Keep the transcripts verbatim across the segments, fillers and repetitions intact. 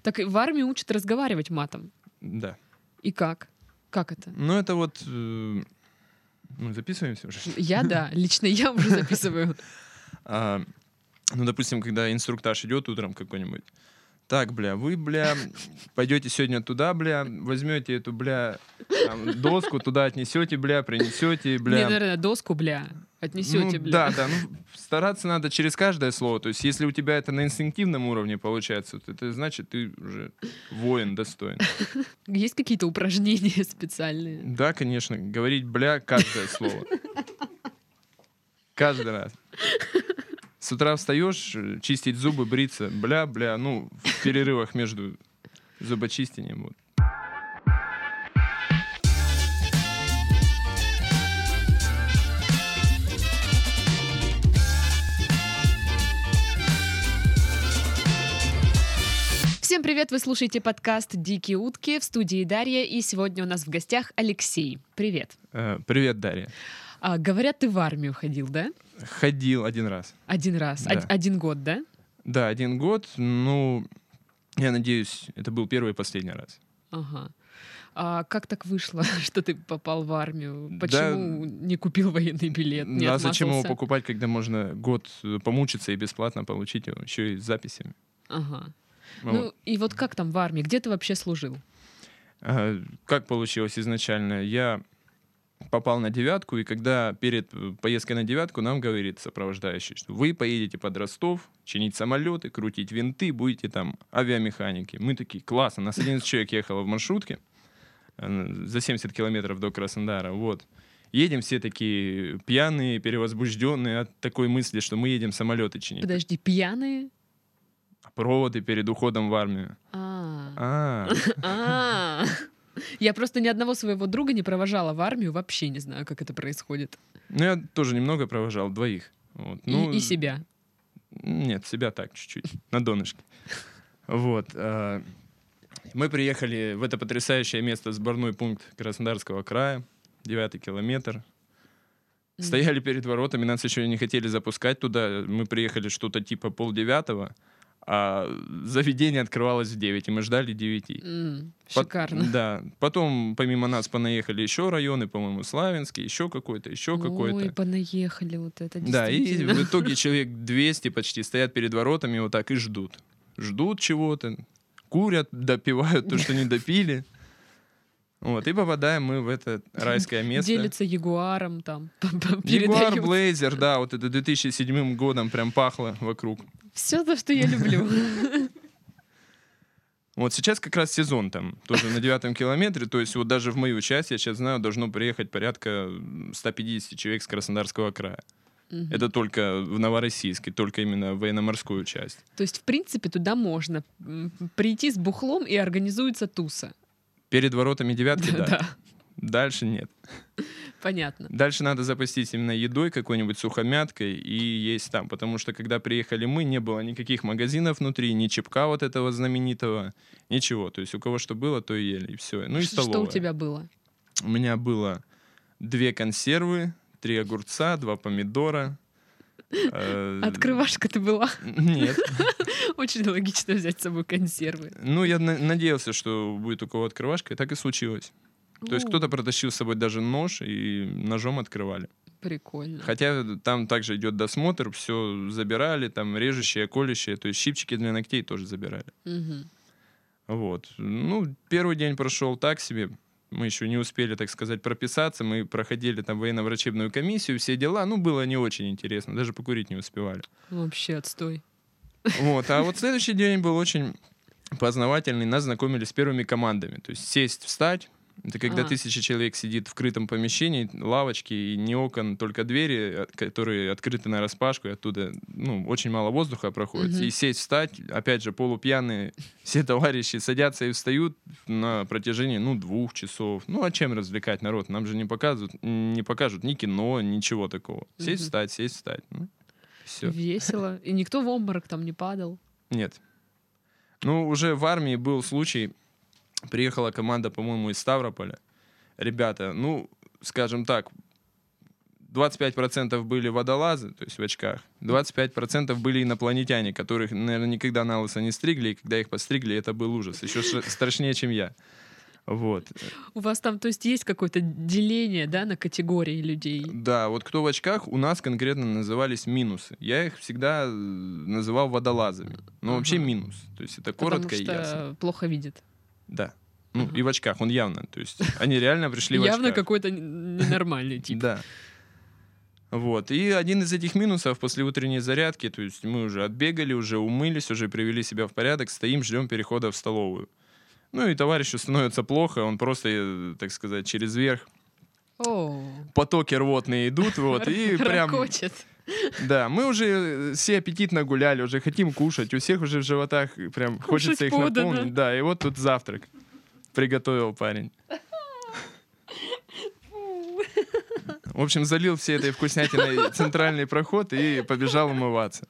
Так в армии учат разговаривать матом. Да. И как? Как это? Ну, это вот... Э, мы записываемся уже? Я, да. Лично я уже записываю. А, ну, допустим, когда инструктаж идет утром какой-нибудь. Так, бля, вы, бля, пойдете сегодня туда, бля, возьмете эту, бля, там, доску, туда отнесете, бля, принесете, бля. Не, наверное, доску, бля, отнесете, ну, бля. Да, да, ну, стараться надо через каждое слово. То есть, если у тебя это на инстинктивном уровне получается, то это значит, ты уже воин достоин. Есть какие-то упражнения специальные? Да, конечно. Говорить, бля, каждое слово. Каждый раз. С утра встаешь, чистить зубы, бриться, бля, бля, ну, в перерывах между зубочистением. Вот. Всем привет! Вы слушаете подкаст «Дикие утки», в студии Дарья, и сегодня у нас в гостях Алексей. Привет. Э, привет, Дарья. А, говорят, ты в армию ходил, да? Ходил один раз. Один раз? Да. Од- один год, да? Да, один год. Ну, я надеюсь, это был первый и последний раз. Ага. А как так вышло, что ты попал в армию? Почему да, не купил военный билет? Не а отмазался? Зачем его покупать, когда можно год помучиться и бесплатно получить его, еще и с записями? Ага. Вот. Ну и вот как там в армии? Где ты вообще служил? А, как получилось изначально? Я попал на девятку, и когда перед поездкой на девятку нам говорит сопровождающий, что вы поедете под Ростов, чинить самолеты, крутить винты, будете там авиамеханики. Мы такие, классно, нас одиннадцать человек ехало в маршрутке за семьдесят километров до Краснодара, вот. Едем все такие пьяные, перевозбужденные от такой мысли, что мы едем самолеты чинить. Подожди, пьяные? Проводы перед уходом в армию. А. А. Я просто ни одного своего друга не провожала в армию, вообще не знаю, как это происходит. Ну, я тоже немного провожал, двоих. Вот. Ну, и, и себя? Нет, себя так, чуть-чуть, на донышке. Вот. Мы приехали в это потрясающее место, сборной пункт Краснодарского края, девятый километр. Стояли перед воротами, нас еще не хотели запускать туда. Мы приехали что-то типа полдевятого, а заведение открывалось в девять, и мы ждали девяти. Mm, шикарно. По- да. Потом помимо нас понаехали еще районы, по-моему, Славянский, еще какой-то, еще Ой, какой-то. Ой, понаехали, вот это Да, и действительно. в итоге человек двести почти стоят перед воротами вот так и ждут. Ждут чего-то, курят, допивают то, что не допили. Вот, и попадаем мы в это райское место. Делится ягуаром там. Ягуар, Блейзер, да, вот это две тысячи седьмым годом прям пахло вокруг. Все то, что я люблю. Вот сейчас как раз сезон там, тоже на девятом километре, то есть вот даже в мою часть, я сейчас знаю, должно приехать порядка сто пятьдесят человек с Краснодарского края. Uh-huh. Это только в Новороссийске, только именно в военно-морскую часть. То есть, в принципе, туда можно прийти с бухлом, и организуется туса. Перед воротами девятки, да. Да. Дальше нет. Понятно. Дальше надо запастись именно едой, какой-нибудь сухомяткой и есть там. Потому что, когда приехали мы, не было никаких магазинов внутри, ни чепка вот этого знаменитого, ничего. То есть у кого что было, то и ели, и все. Ну и столовая. Что у тебя было? У меня было две консервы, три огурца, два помидора. Открывашка ты была? Нет. Очень логично взять с собой консервы. Ну, я на- надеялся, что будет у кого открывашка, и так и случилось. То есть кто-то протащил с собой даже нож, и ножом открывали. Прикольно. Хотя там также идет досмотр, все забирали, там режущее, колющее, то есть щипчики для ногтей тоже забирали. Угу. Вот. Ну, первый день прошел так себе. Мы еще не успели, так сказать, прописаться. Мы проходили там военно-врачебную комиссию, все дела. Ну, было не очень интересно, даже покурить не успевали. Вообще отстой. Вот. А вот следующий день был очень познавательный. Нас знакомили с первыми командами. То есть сесть, встать. Это когда а. тысяча человек сидит в крытом помещении, лавочки и не окон, только двери, которые открыты нараспашку, и оттуда ну, очень мало воздуха проходит. Угу. И сесть, встать, опять же, полупьяные все товарищи садятся и встают на протяжении ну, двух часов. Ну, а чем развлекать народ? Нам же не покажут, не покажут ни кино, ничего такого. Сесть, угу. встать, сесть, встать. Ну, все. Весело. И никто в обморок там не падал? Нет. Ну, уже в армии был случай... Приехала команда, по-моему, из Ставрополя. Ребята, ну, скажем так, двадцать пять процентов были водолазы, то есть в очках, двадцать пять процентов были инопланетяне, которых, наверное, никогда на лысо не стригли, и когда их подстригли, это был ужас. Еще страшнее, чем я. Вот. У вас там, то есть, есть какое-то деление, да, на категории людей? Да, вот кто в очках, у нас конкретно назывались минусы. Я их всегда называл водолазами. Но ага. вообще минус. То есть это Потому коротко и ясно. Потому что плохо видит. Да. Ну, ага. и в очках, он явно. То есть они реально пришли в очках. Явно какой-то ненормальный тип. Да. Вот. И один из этих минусов после утренней зарядки, то есть мы уже отбегали, уже умылись, уже привели себя в порядок, стоим, ждем перехода в столовую. Ну и товарищу становится плохо, он просто, так сказать, через верх. Oh. Потоки рвотные идут, вот, и прям... Ракочет. Да, мы уже все аппетитно гуляли, уже хотим кушать, у всех уже в животах прям кушать хочется их подано. Наполнить. Да, и вот тут завтрак приготовил парень. В общем, залил всей этой вкуснятиной центральный проход и побежал умываться.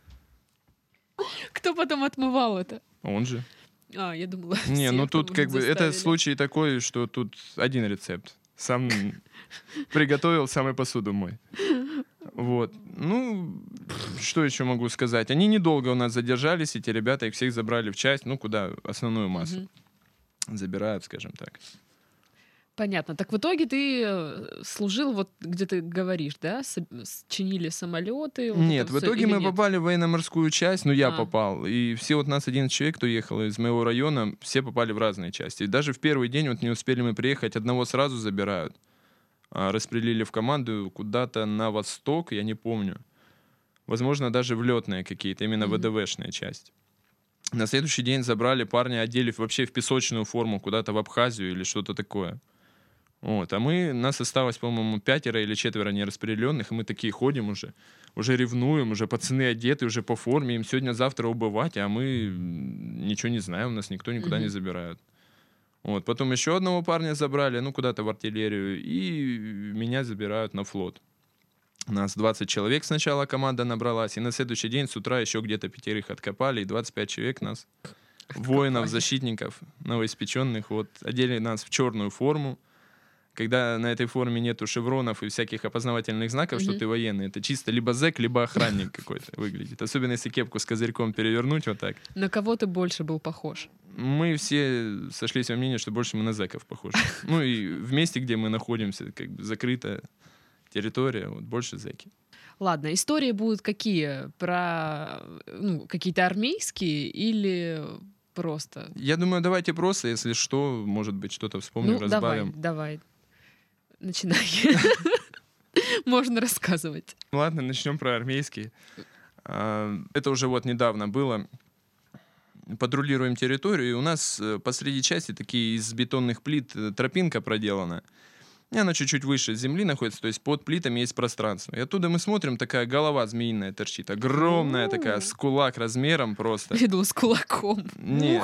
Кто потом отмывал это? Он же. А, я думала, не, ну тут как бы это случай такой, что тут один рецепт. Сам приготовил, сам и посуду мой. Вот. Ну, что еще могу сказать? Они недолго у нас задержались, эти ребята, их всех забрали в часть, ну, куда основную массу угу. забирают, скажем так. Понятно. Так в итоге ты служил, вот где ты говоришь, да? С, чинили самолеты? Вот нет, в итоге мы нет? попали в военно-морскую часть, ну я а. попал. И все вот нас одиннадцать человек, кто ехал из моего района, все попали в разные части. И даже в первый день вот не успели мы приехать, одного сразу забирают. А, распределили в команду куда-то на восток, я не помню. Возможно, даже в летные какие-то, именно mm-hmm. ВДВшная часть. На следующий день забрали парня, одели вообще в песочную форму куда-то в Абхазию или что-то такое. Вот, а мы, нас осталось, по-моему, пятеро или четверо нераспределенных, и мы такие ходим уже, уже ревнуем, уже пацаны одеты, уже по форме, им сегодня-завтра убывать, а мы ничего не знаем, нас никто никуда mm-hmm. не забирает. Вот, потом еще одного парня забрали, ну, куда-то в артиллерию, и меня забирают на флот. У нас двадцать человек сначала команда набралась, и на следующий день с утра еще где-то пятерых откопали, и двадцать пять человек нас, откопали. Воинов, защитников, новоиспеченных, вот, одели нас в черную форму. Когда на этой форме нету шевронов и всяких опознавательных знаков, mm-hmm. что ты военный, это чисто либо зэк, либо охранник какой-то выглядит. Особенно если кепку с козырьком перевернуть вот так. На кого ты больше был похож? Мы все сошлись во мнении, что больше мы на зэков похожи. Ну и в месте, где мы находимся, как бы закрытая территория, вот больше зэки. Ладно, истории будут какие? Про ну, какие-то армейские или... просто? Я думаю, давайте просто, если что, может быть, что-то вспомним, ну, разбавим. давай, давай. Начинай. Можно рассказывать. Ладно, начнем про армейские. Это уже вот недавно было. Патрулируем территорию, и у нас посреди части такие из бетонных плит тропинка проделана. И она чуть-чуть выше земли находится, то есть под плитами есть пространство. И оттуда мы смотрим, такая голова змеиная торчит. Огромная такая, с кулак размером просто. Я думала, с кулаком. Нет.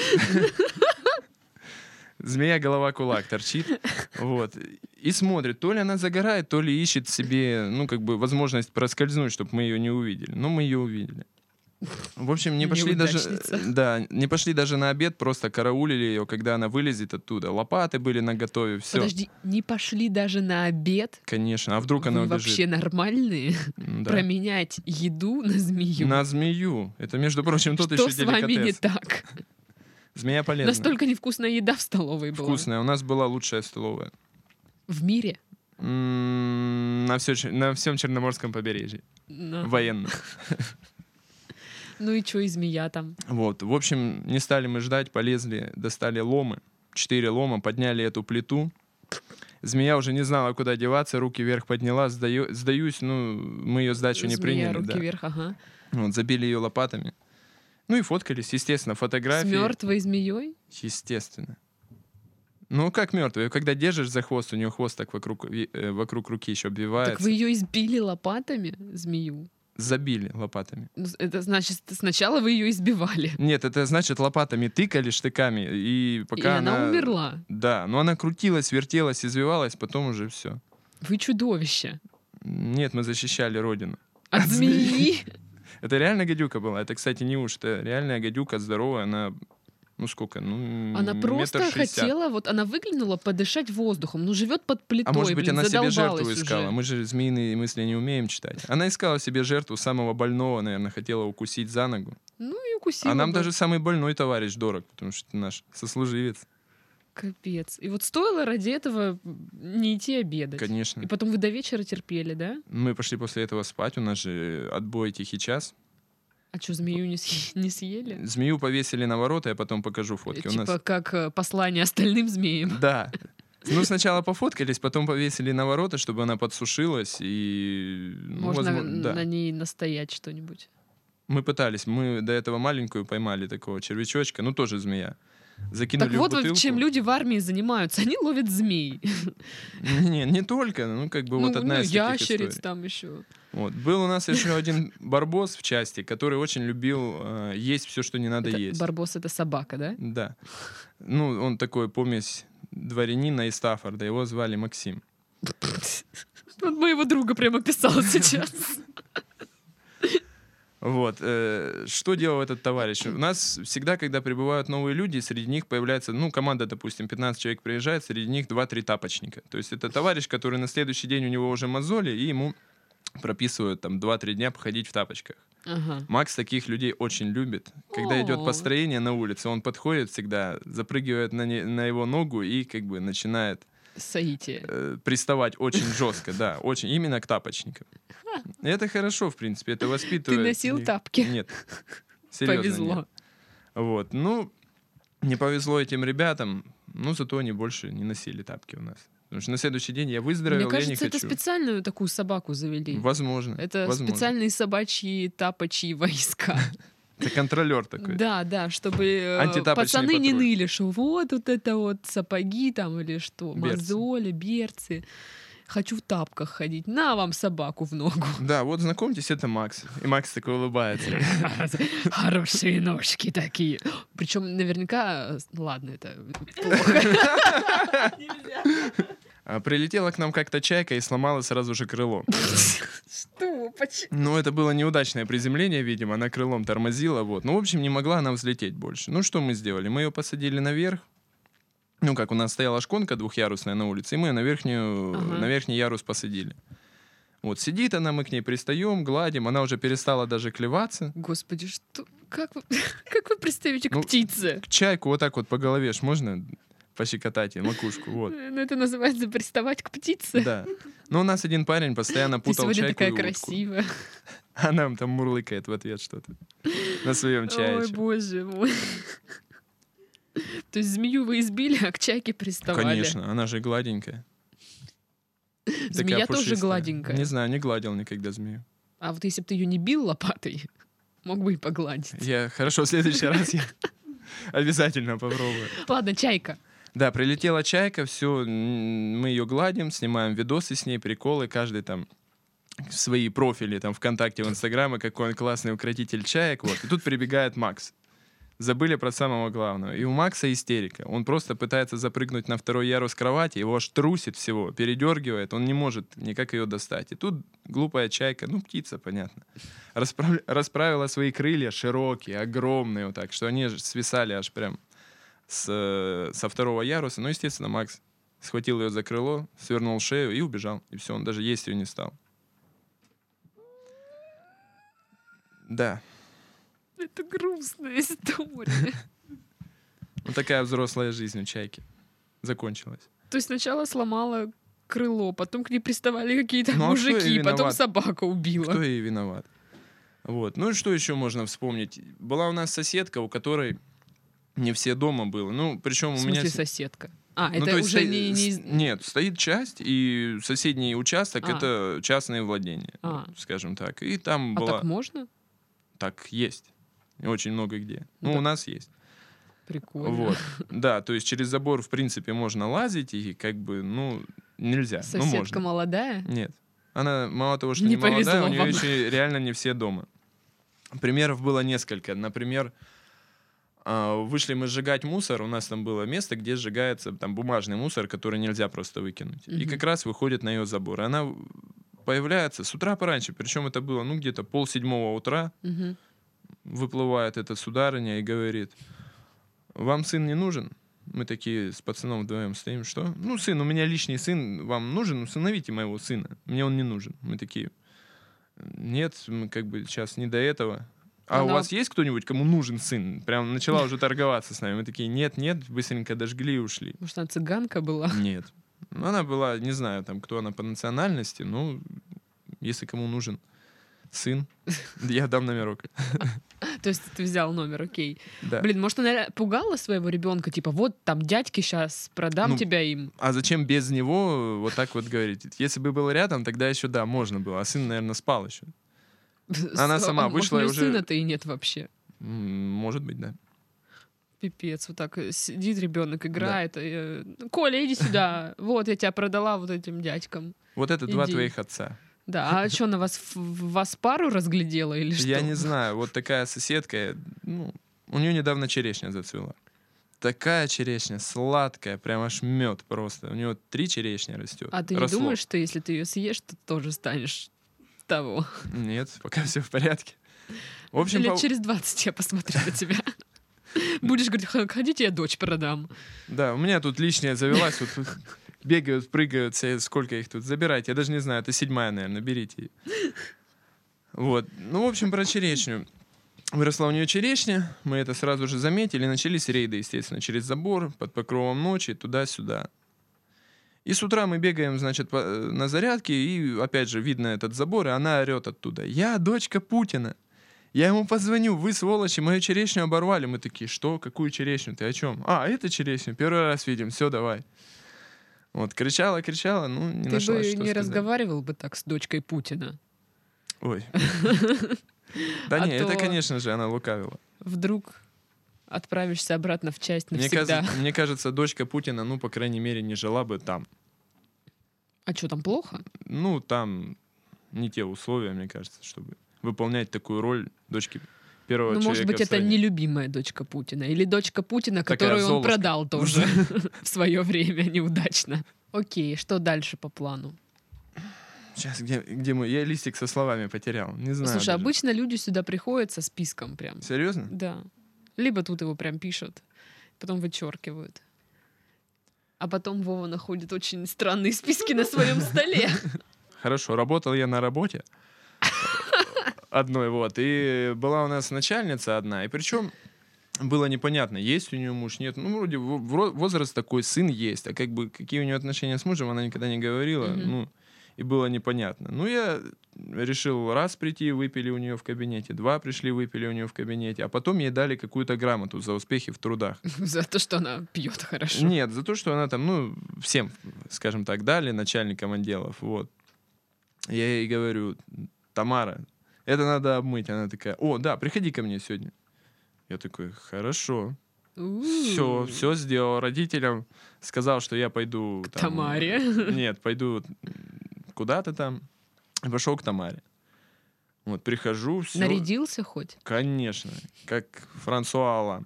Змея, голова, кулак торчит. Вот. И смотрит, то ли она загорает, то ли ищет себе, ну, как бы, возможность проскользнуть, чтобы мы ее не увидели. Но мы ее увидели. В общем, не пошли даже, да, не пошли даже на обед, просто караулили ее, когда она вылезет оттуда. Лопаты были наготове, все. Подожди, не пошли даже на обед? Конечно, а вдруг она Вы убежит? Вообще нормальные? Да. Променять еду на змею? На змею. Это, между прочим, тот еще деликатес. Что с вами не так? Змея полезная. Настолько невкусная еда в столовой была. Вкусная. У нас была лучшая столовая. В мире? М-м- на, все, на всем Черноморском побережье. No. Военном. Ну и что, и змея там? Вот, в общем, не стали мы ждать, полезли, достали ломы, четыре лома, подняли эту плиту. Змея уже не знала, куда деваться, руки вверх подняла, сдаю, сдаюсь, ну, мы ее сдачу не Змея, приняли. руки да. вверх, ага. Вот, забили ее лопатами. Ну и фоткались, естественно, фотографии. С мертвой змеей? Естественно. Ну, как мертвую. Когда держишь за хвост, у нее хвост так вокруг, э, вокруг руки еще обвивается. Так вы ее избили лопатами, змею? Забили лопатами. Это значит, сначала вы ее избивали. Нет, это значит, лопатами тыкали, штыками, и пока и она... она умерла? Да, но она крутилась, вертелась, извивалась, потом уже все. Вы чудовище. Нет, мы защищали родину. От, От змеи? Это реально гадюка была. Это, кстати, не уж, это реальная гадюка здоровая, она Ну сколько? Ну, Она просто метр шестьдесят. хотела, вот она выглянула подышать воздухом, ну живет под плитой, А может быть, блин, она себе жертву задолбалась искала? уже. Мы же змеиные мысли не умеем читать. Она искала себе жертву самого больного, наверное, хотела укусить за ногу. Ну и укусила А нам бы. даже самый больной товарищ дорог, потому что это наш сослуживец. Капец. И вот стоило ради этого не идти обедать. Конечно. И потом вы до вечера терпели, да? Мы пошли после этого спать, у нас же отбой тихий час. А что, змею не, съ- не съели? Змею повесили на ворота, я потом покажу фотки. У Типа нас... как э, послание остальным змеям. Да. Ну, сначала пофоткались, потом повесили на ворота, чтобы она подсушилась, и... ну, Можно возможно, да. на ней настоять что-нибудь. Мы пытались, мы до этого маленькую поймали такого червячочка, ну, тоже змея. Закинули Так вот, в бутылку. чем люди в армии занимаются. Они ловят змей. Не, не только, ну, как бы вот Ну, одна ну, из таких ящериц историй. там еще. Вот. Был у нас еще один барбос в части, который очень любил э, есть все, что не надо Это есть. барбос — это собака, да? Да. Ну, он такой помесь дворянина и Стаффорда. Его звали Максим. Вот моего друга прямо писал сейчас. Вот. э, Что делал этот товарищ? У нас всегда, когда прибывают новые люди, среди них появляется, ну, команда, допустим, пятнадцать человек приезжает, среди них два-три тапочника. То есть это товарищ, который на следующий день у него уже мозоли, и ему прописывают там два-три дня походить в тапочках. Ага. Макс таких людей очень любит. Когда идет О. построение на улице, он подходит всегда, запрыгивает на, не- на его ногу и как бы начинает Саити. э, приставать очень жестко, да, очень, именно к тапочникам. И это хорошо, в принципе, это Ты воспитывает. носил их- тапки? Нет. Серьезно, Повезло. нет. Вот, ну, не повезло этим ребятам, но зато они больше не носили тапки у нас. Потому что на следующий день я выздоровел, Мне я не кажется, это хочу. специальную такую собаку завели. Возможно. Это возможно. специальные собачьи тапочьи войска. Это контролер такой. Да, да, чтобы э, Антитапочный пацаны не патруль. ныли, что вот, вот это вот сапоги там или что, Берцы. мозоли, берцы. Хочу в тапках ходить. На вам собаку в ногу. Да, вот знакомьтесь, это Макс. И Макс такой улыбается. Хорошие ножки такие. Причем наверняка... Ладно, это плохо. А прилетела к нам как-то чайка и сломала сразу же крыло. Что? Почему? Ну, это было неудачное приземление, видимо, она крылом тормозила, вот. Ну, в общем, не могла она взлететь больше. Ну, что мы сделали? Мы ее посадили наверх. Ну, как у нас стояла шконка двухъярусная на улице, и мы ее на, верхнюю, Ага. на верхний ярус посадили. Вот, сидит она, мы к ней пристаем, гладим, она уже перестала даже клеваться. Господи, что? Как вы, как вы представите к Ну, птице? К чайку вот так вот по голове ж можно пощекотать ей макушку, вот. Ну, это называется приставать к птице. Да. Но у нас один парень постоянно Ты путал сегодня чайку такая и утку. красивая. А нам там мурлыкает в ответ что-то на своем Ой, чае. боже мой. То есть змею вы избили, а к чайке приставали. Конечно, она же гладенькая. Змея Такая тоже пушистая. гладенькая. Не знаю, не гладил никогда змею. А вот если бы ты ее не бил лопатой, мог бы и погладить. Я хорошо, в следующий раз я обязательно попробую. Ладно, чайка. Да, прилетела чайка, все, мы ее гладим, снимаем видосы с ней, приколы, каждый там свои профили там ВКонтакте, в Инстаграме, какой он классный укротитель чаек, вот. И тут прибегает Макс. Забыли про самого главного. И у Макса истерика. Он просто пытается запрыгнуть на второй ярус кровати, его аж трусит всего, передергивает, он не может никак ее достать. И тут глупая чайка, ну, птица, понятно, расправ... расправила свои крылья широкие, огромные, вот так, что они аж свисали аж прям с... со второго яруса. Ну, естественно, Макс схватил ее за крыло, свернул шею и убежал. И все, он даже есть ее не стал. Да. Это грустная история. Вот такая взрослая жизнь у чайки закончилась. То есть сначала сломала крыло, потом к ней приставали какие-то Ну, а кто ей мужики, потом виноват? собака убила. Кто ей виноват? Вот. Ну и что еще можно вспомнить? Была у нас соседка, у которой не все дома было. Ну, причем В у смысле меня... соседка? А, Ну, это то есть уже сто- не... не с- из- Нет, стоит часть, и соседний участок А. это частные владения, А. скажем так. И там А была... так можно? Так есть. И очень много где. Ну Ну, так- у нас есть. Прикольно. Вот. Да, то есть через забор, в принципе, можно лазить, и как бы, ну, нельзя. Ну, Соседка можно. молодая? Нет. Она мало того, что Не не, молодая, повезло у нее вам. еще реально не все дома. Примеров было несколько. Например, а, вышли мы сжигать мусор, у нас там было место, где сжигается там бумажный мусор, который нельзя просто выкинуть. И Мгм. как раз выходит на ее забор. И она появляется с утра пораньше, причем это было, ну, где-то полседьмого утра, Мгм. выплывает эта сударыня и говорит: вам сын не нужен? Мы такие с пацаном вдвоем стоим, что? Ну, сын, у меня лишний сын, вам нужен? Усыновите моего сына. Мне он не нужен. Мы такие, нет, мы как бы сейчас не до этого. А Она... у вас есть кто-нибудь, кому нужен сын? Прям начала уже торговаться с нами. Мы такие, нет, нет, быстренько дожгли и ушли. Может, она цыганка была? Нет. Она была, не знаю, там, кто она по национальности, ну, если кому нужен сын, я дам номерок. То есть ты взял номер, окей. Да. Блин, может, она пугала своего ребенка, типа, вот там дядьки сейчас, продам Ну, тебя им. А зачем без него вот так вот говорить? Если бы был рядом, тогда еще да, можно было. А сын, наверное, спал еще. Она сама А вышла и может, уже... сына-то и нет вообще. М, Может быть, да. Пипец, вот так сидит ребенок, играет. И, э, Коля, иди сюда. Вот, я тебя продала вот этим дядькам. Вот это два Иди. твоих отца. Да, а что, она вас, в- вас пару разглядела или что? Я не знаю, вот такая соседка, ну, у нее недавно черешня зацвела. Такая черешня, сладкая, прям аж мед просто. У нее три черешни растет. А ты не Росло. думаешь, что если ты ее съешь, то тоже станешь того? Нет, пока все в порядке. В общем, Лет по- через двадцать я посмотрю на тебя. Будешь говорить, «Х- хотите, я дочь продам. да, у меня тут лишняя завелась, вот тут бегают, прыгают, все, сколько их тут, забирайте. Я даже не знаю, это седьмая, наверное, берите. Вот, ну, в общем, про черешню. Выросла у нее черешня, мы это сразу же заметили, начались рейды, естественно, через забор, под покровом ночи, туда-сюда. И с утра мы бегаем, значит, по- на зарядке, и опять же видно этот забор, и она орет оттуда. Я дочка Путина. Я ему позвоню, вы, сволочи, мою черешню оборвали. Мы такие, что? Какую черешню? Ты о чем? А, это черешню, первый раз видим, все, давай. Вот, кричала, кричала, ну, не Ты нашла, бы что не сказать. разговаривал бы так с дочкой Путина. Ой. Да А не, это, то- конечно же, она лукавила. Вдруг отправишься обратно в часть Мне навсегда. кажется, мне кажется, дочка Путина, ну, по крайней мере, не жила бы там. А что, там плохо? Ну, там не те условия, мне кажется, чтобы выполнять такую роль дочки первого Ну, человека может быть, в это стране. нелюбимая дочка Путина. Или дочка Путина, Такая которую он Золушка. продал тоже в свое время неудачно. Окей, что дальше по плану? Сейчас, где, где мой? Я листик со словами потерял. Не знаю. Слушай, даже. обычно люди сюда приходят со списком прям. Серьезно? Да. Либо тут его прям пишут, потом вычеркивают. А потом Вова находит очень странные списки на своем столе. Хорошо, работал я на работе одной, вот, и была у нас начальница одна, и причем было непонятно, есть у нее муж, нет. Ну, вроде в- в- возраст такой, сын есть, а как бы какие у нее отношения с мужем, она никогда не говорила, Мгм. ну, и было непонятно. Ну, я решил раз прийти, выпили у нее в кабинете, два пришли, выпили у нее в кабинете, а потом ей дали какую-то грамоту за успехи в трудах. За то, что она пьет хорошо. Нет, за то, что она там, ну, всем, скажем так, дали, начальникам отделов, вот. Я ей говорю, Тамара, это надо обмыть. Она такая, о, да, приходи ко мне сегодня. Я такой, хорошо. Все, все сделал. Родителям сказал, что я пойду... К там, Тамаре. Нет, пойду куда-то там. И пошел к Тамаре. Вот, прихожу, все... Нарядился хоть? Конечно, как Франсуа Олан.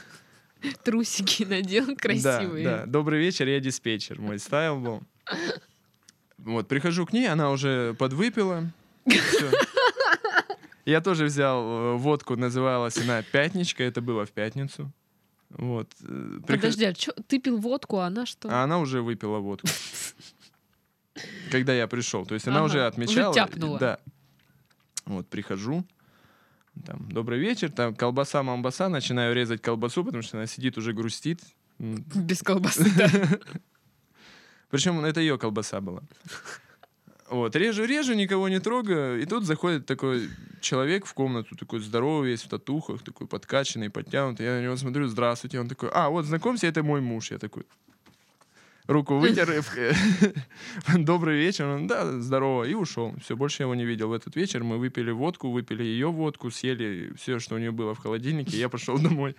Трусики надел красивые. Да, да. Добрый вечер, я диспетчер. Мой стайл был. Вот, прихожу к ней, она уже подвыпила. Всё. Я тоже взял э, водку, называлась она «Пятничка», это было в пятницу. Вот. э, прихож- Подожди, а чё, ты пил водку, а она что? А она уже выпила водку. Когда я пришел. То есть она Ага, уже уже отмечала. тяпнула. Да. Вот, прихожу. Там, добрый вечер, там колбаса, мамбаса, начинаю резать колбасу, потому что она сидит, уже грустит. М, Без колбасы, да. Причем это ее колбаса была. Вот, режу-режу, никого не трогаю, и тут заходит такой человек в комнату, такой здоровый, весь в татухах, такой подкачанный, подтянутый. Я на него смотрю, здравствуйте. Он такой, а, вот, знакомься, это мой муж. Я такой, руку вытер, и в- добрый вечер. Он, да, здорово, и ушел. Все, больше я его не видел. В этот вечер мы выпили водку, выпили ее водку, съели все, что у нее было в холодильнике, и я пошел домой.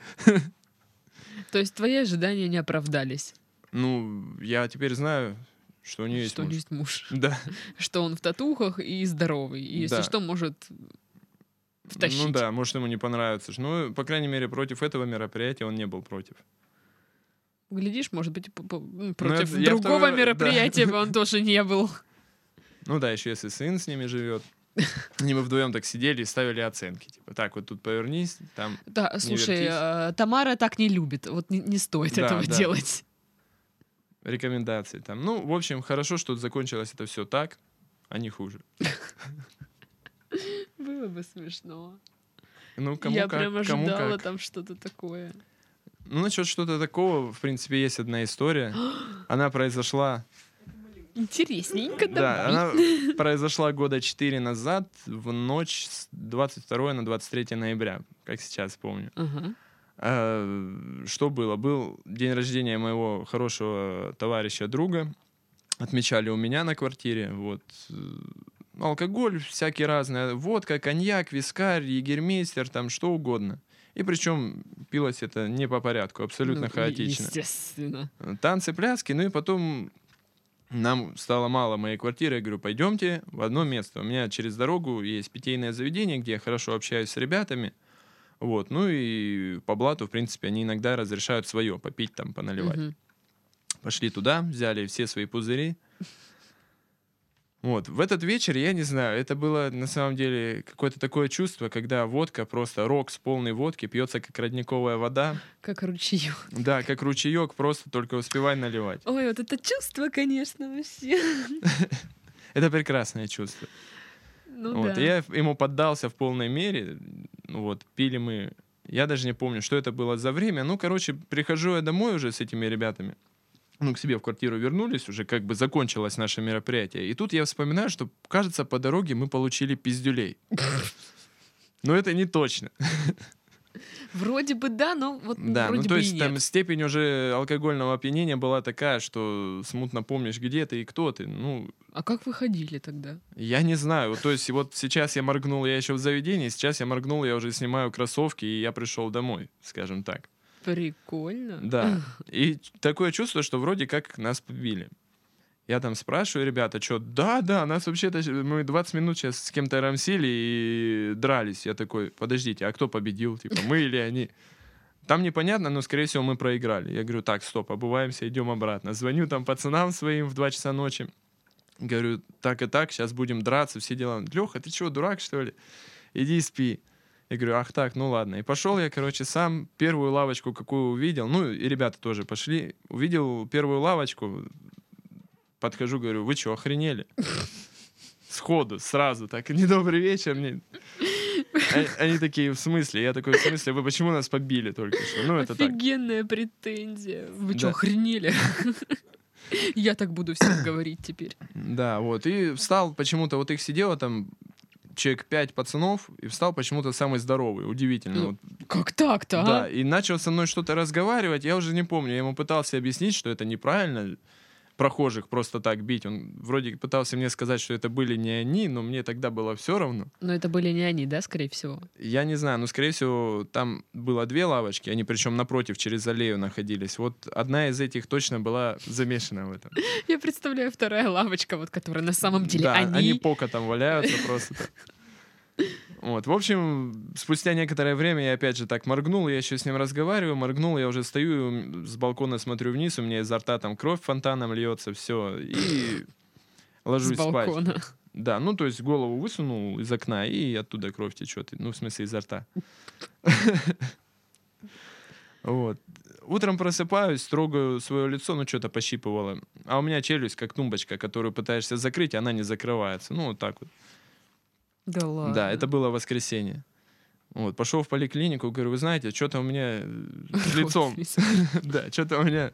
То есть твои ожидания не оправдались. Ну, я теперь знаю, что у нее есть Что муж. есть муж. Да. Что он в татухах и здоровый. И если Да. что, может втащить. Ну да, может, ему не понравится. Ну, по крайней мере, против этого мероприятия он не был против. Глядишь, может быть, п- п- м, против это я другого второй- мероприятия да. бы он тоже не был. Ну да, еще если сын с ними живет. И мы вдвоем так сидели и ставили оценки. Типа, так, вот тут повернись, там Да, слушай, вертись. э, Тамара так не любит. Вот не, не стоит Да, этого да. делать. Рекомендации там. Ну, в общем, хорошо, что закончилось это все так, а не хуже. Было бы смешно. Ну, кому Я как, прям кому ожидала как. там что-то такое. Ну, насчет что-то такого, в принципе, есть одна история. Она произошла... Интересненько, Да, давай. она произошла года четыре назад, в ночь с двадцать второго на двадцать третье ноября, как сейчас помню. Ага. А, что было? Был день рождения моего хорошего товарища, друга. Отмечали у меня на квартире. Вот. Алкоголь всякий разный. Водка, коньяк, вискарь, егермейстер, там что угодно. И причем пилось это не по порядку, абсолютно Ну, хаотично. Естественно. Танцы, пляски, ну и потом нам стало мало моей квартиры. Я говорю, пойдемте в одно место. У меня через дорогу есть питейное заведение, где я хорошо общаюсь с ребятами. Вот. Ну и по блату, в принципе, они иногда разрешают свое попить, там, поналивать. Мгм. Пошли туда, взяли все свои пузыри. Вот. В этот вечер, я не знаю, это было на самом деле какое-то такое чувство, когда водка, просто рог с полной водки пьется как родниковая вода. Как ручеёк. Да, как ручеек, просто только успевай наливать. Ой, вот это чувство, конечно, вообще. Это прекрасное чувство. Ну Вот. да. И я ему поддался в полной мере. Ну вот, пили мы... Я даже не помню, что это было за время. Ну, короче, прихожу я домой уже с этими ребятами. Ну, к себе в квартиру вернулись, уже как бы закончилось наше мероприятие. И тут я вспоминаю, что, кажется, по дороге мы получили пиздюлей. Но это не точно. Вроде бы да, но вот Да, вроде ну то бы и есть там нет. степень уже алкогольного опьянения была такая, что смутно помнишь, где ты и кто ты. Ну, А как вы ходили тогда? я не знаю. Вот, то есть вот сейчас я моргнул, я еще в заведении, сейчас я моргнул, я уже снимаю кроссовки, и я пришел домой, скажем так. Прикольно. Да. И такое чувство, что вроде как нас побили. Я там спрашиваю, ребята, что? Да, да, нас вообще-то... Мы двадцать минут сейчас с кем-то рамсили и дрались. Я такой, подождите, а кто победил? Типа, мы или они? Там непонятно, но, скорее всего, мы проиграли. Я говорю, так, стоп, обуваемся, идем обратно. Звоню там пацанам своим в два часа ночи. Говорю, так и так, сейчас будем драться, все дела. Леха, ты чего, дурак, что ли? Иди спи. Я говорю, ах так, ну ладно. И пошел я, короче, сам первую лавочку, какую увидел. Ну, и ребята тоже пошли. Увидел первую лавочку. Подхожу, говорю, вы что, охренели? Сходу, сразу, так, недобрый вечер. Мне... Они, они такие, в смысле? Я такой, в смысле, вы почему нас побили только что? Ну, это так. Офигенная претензия. Вы что, Да. охренели? Я так буду всем говорить теперь. Да, вот. И встал почему-то, вот их сидело там человек пять пацанов, и встал почему-то самый здоровый. Удивительно. Ну, Вот. Как так-то, а? Да, и начал со мной что-то разговаривать. Я уже не помню. Я ему пытался объяснить, что это неправильно. Прохожих просто так бить. Он вроде пытался мне сказать, что это были не они, но мне тогда было все равно. Но это были не они, да, скорее всего? Я не знаю, но, скорее всего, там было две лавочки, они причем напротив, через аллею находились. Вот одна из этих точно была замешана в этом. Я представляю, вторая лавочка, вот, которая на самом деле Да, они... они пока там валяются просто так. Вот, в общем, спустя некоторое время я опять же так моргнул, я еще с ним разговариваю, моргнул, я уже стою, с балкона смотрю вниз, у меня изо рта там кровь фонтаном льется, все, и ложусь С балкона. спать. Да, ну то есть голову высунул из окна, и оттуда кровь течет, ну в смысле изо рта. Вот. Утром просыпаюсь, трогаю свое лицо, ну что-то пощипывало, а у меня челюсть как тумбочка, которую пытаешься закрыть, она не закрывается, ну вот так вот. Да ладно. Да, это было воскресенье. Вот, пошел в поликлинику, говорю, вы знаете, что-то у меня с лицом. Да, что-то у меня...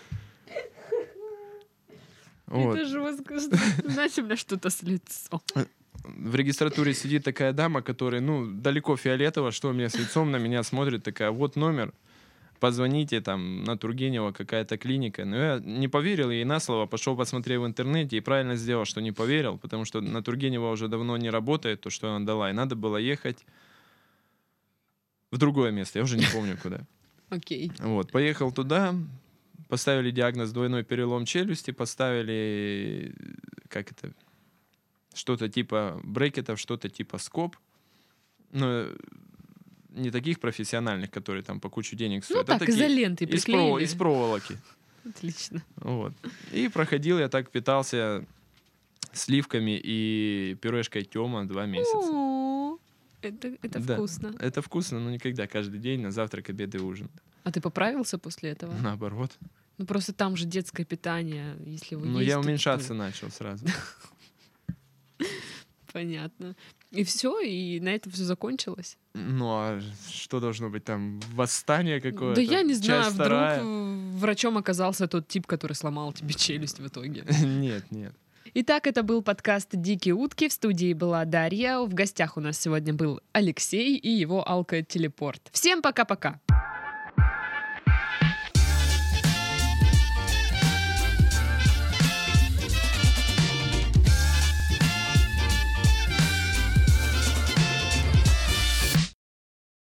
Это жестко. Значит, у меня что-то с лицом. В регистратуре сидит такая дама, которая, ну, далеко фиолетово, что у меня с лицом, на меня смотрит, такая, вот номер, позвоните, там, на Тургенева какая-то клиника. Но я не поверил ей на слово, пошел посмотрел в интернете и правильно сделал, что не поверил, потому что на Тургенева уже давно не работает то, что она дала, и надо было ехать в другое место, я уже не помню куда. Окей. Вот, поехал туда, поставили диагноз двойной перелом челюсти, поставили, как это, что-то типа брекетов, что-то типа скоб, но не таких профессиональных, которые там по кучу денег стоят, Ну а так, такие изолентой из, приклеили. прово- из проволоки. Отлично. Вот. И проходил я так, питался сливками и пюрешкой Тёма два месяца. О, Это, это Да. вкусно. Это вкусно, но никогда каждый день на завтрак, обед и ужин. А ты поправился после этого? Наоборот. Ну просто там же детское питание, если вы Ну, есть, я то уменьшаться типа, начал сразу. понятно. И все, и на этом все закончилось. Ну, а что должно быть там? Восстание какое-то? Да я не Часть знаю, вдруг вторая? э, врачом оказался тот тип, который сломал тебе челюсть в итоге. Нет, нет. Итак, это был подкаст «Дикие утки». В студии была Дарья. В гостях у нас сегодня был Алексей и его алкотелепорт. Всем пока-пока!